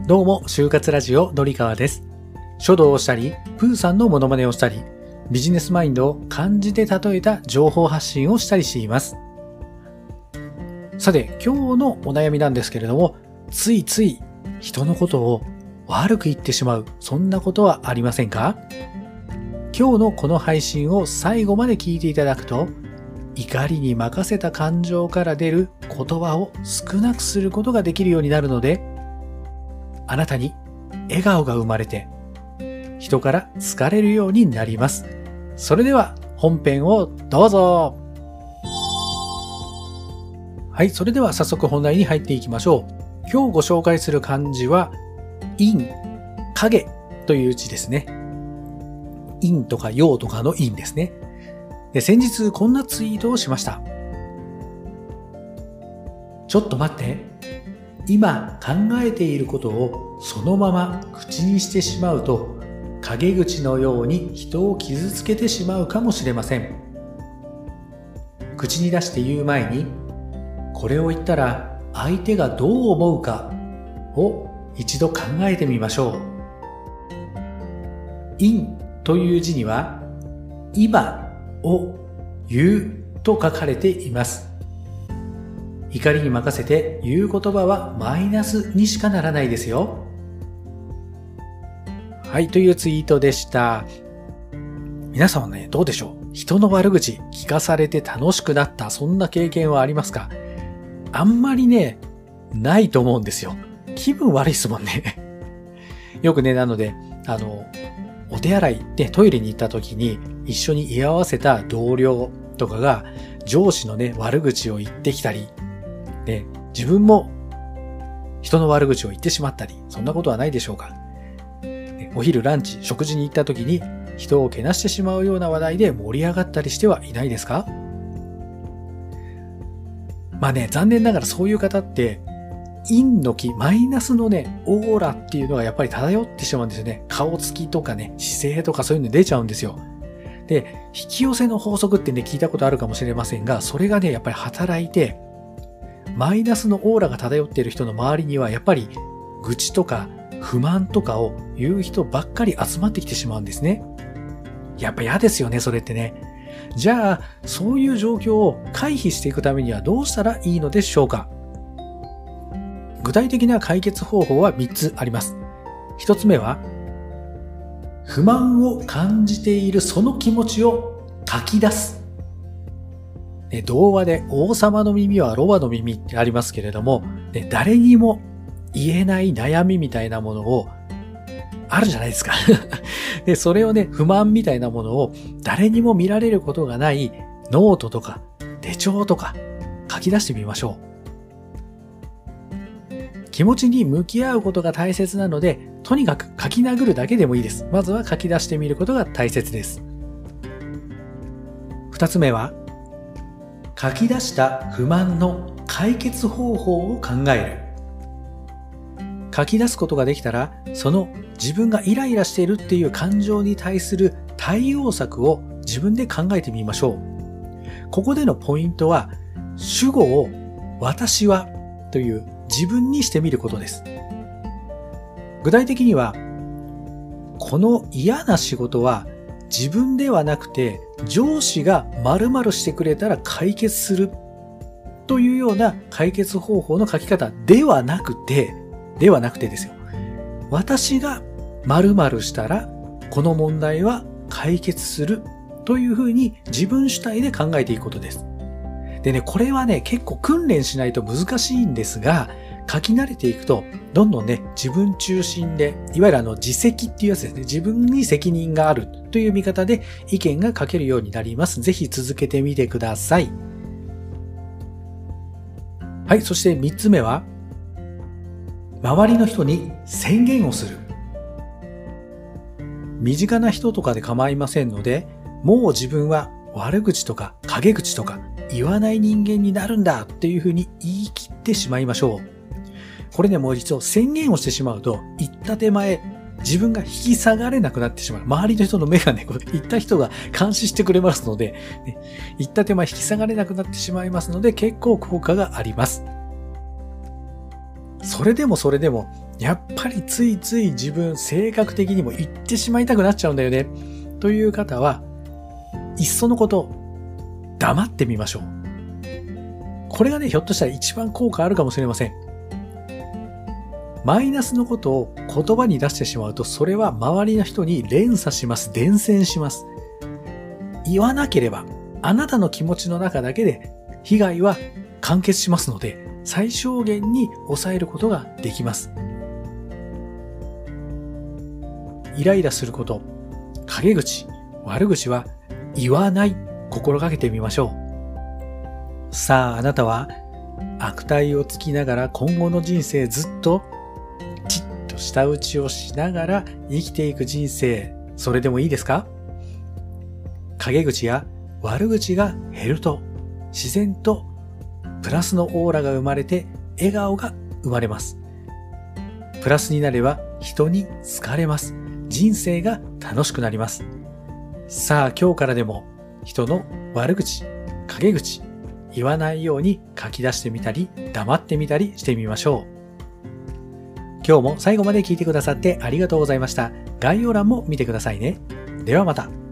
どうも、就活ラジオのりかわです。書道をしたり、プーさんのモノマネをしたり、ビジネスマインドを漢字で例えた情報発信をしたりしています。さて、今日のお悩みなんですけれども、ついつい人のことを悪く言ってしまう、そんなことはありませんか？今日のこの配信を最後まで聞いていただくと、怒りに任せた感情から出る言葉を少なくすることができるようになるので、あなたに笑顔が生まれて、人から好かれるようになります。それでは本編をどうぞ。はい、それでは早速本題に入っていきましょう。今日ご紹介する漢字は、陰、影という字ですね。陰とか陽とかの陰ですね。で、先日こんなツイートをしました。ちょっと待って。今考えていることをそのまま口にしてしまうと、陰口のように人を傷つけてしまうかもしれません。口に出して言う前に、これを言ったら相手がどう思うかを一度考えてみましょう。陰という字には、今を言うと書かれています。怒りに任せて言う言葉はマイナスにしかならないですよ。はい、というツイートでした。皆さんはね、どうでしょう？人の悪口聞かされて楽しくなった、そんな経験はありますか？あんまりね、ないと思うんですよ。気分悪いですもんね。よくね、なので、お手洗いでトイレに行った時に一緒に居合わせた同僚とかが上司のね、悪口を言ってきたり、で、自分も人の悪口を言ってしまったり、そんなことはないでしょうか。お昼ランチ、食事に行った時に人をけなしてしまうような話題で盛り上がったりしてはいないですか？まあね、残念ながらそういう方って、陰の気、マイナスのね、オーラっていうのがやっぱり漂ってしまうんですよね。顔つきとかね、姿勢とかそういうの出ちゃうんですよ。で、引き寄せの法則ってね、聞いたことあるかもしれませんが、それがね、やっぱり働いて、マイナスのオーラが漂っている人の周りには、やっぱり愚痴とか不満とかを言う人ばっかり集まってきてしまうんですね。やっぱ嫌ですよね、それってね。じゃあ、そういう状況を回避していくためにはどうしたらいいのでしょうか？具体的な解決方法は3つあります。1つ目は、不満を感じているその気持ちを書き出す。童話で王様の耳はロバの耳ってありますけれども、誰にも言えない悩みみたいなものをあるじゃないですか。で、それをね、不満みたいなものを誰にも見られることがないノートとか手帳とか書き出してみましょう。気持ちに向き合うことが大切なので、とにかく書き殴るだけでもいいです。まずは書き出してみることが大切です。2つ目は、書き出した不満の解決方法を考える。書き出すことができたら、その自分がイライラしているっていう感情に対する対応策を自分で考えてみましょう。ここでのポイントは、主語を私はという自分にしてみることです。具体的には、この嫌な仕事は自分ではなくて上司が〇〇してくれたら解決するというような解決方法の書き方ではなくてですよ。私が〇〇したらこの問題は解決するというふうに自分主体で考えていくことです。でね、これはね、結構訓練しないと難しいんですが、書き慣れていくと、どんどんね、自分中心で、いわゆる自責っていうやつですね。自分に責任があるという見方で意見が書けるようになります。ぜひ続けてみてください。はい、そして3つ目は、周りの人に宣言をする。身近な人とかで構いませんので、もう自分は悪口とか陰口とか言わない人間になるんだっていうふうに言い切ってしまいましょう。これね、もう一度宣言をしてしまうと、言った手前、自分が引き下がれなくなってしまう。周りの人の目がね、言った人が監視してくれますので、ね、言った手前引き下がれなくなってしまいますので、結構効果があります。それでもやっぱりついつい自分性格的にも言ってしまいたくなっちゃうんだよねという方は、いっそのこと黙ってみましょう。これがね、ひょっとしたら一番効果あるかもしれません。マイナスのことを言葉に出してしまうと、それは周りの人に連鎖します。伝染します。言わなければ、あなたの気持ちの中だけで被害は完結しますので、最小限に抑えることができます。イライラすること、陰口、悪口は言わない、心がけてみましょう。さあ、あなたは悪態をつきながら今後の人生ずっとじっと舌打ちをしながら生きていく人生、それでもいいですか？陰口や悪口が減ると自然とプラスのオーラが生まれて笑顔が生まれます。プラスになれば人に好かれます。人生が楽しくなります。さあ、今日からでも人の悪口、陰口言わないように書き出してみたり黙ってみたりしてみましょう。今日も最後まで聞いてくださってありがとうございました。概要欄も見てくださいね。ではまた。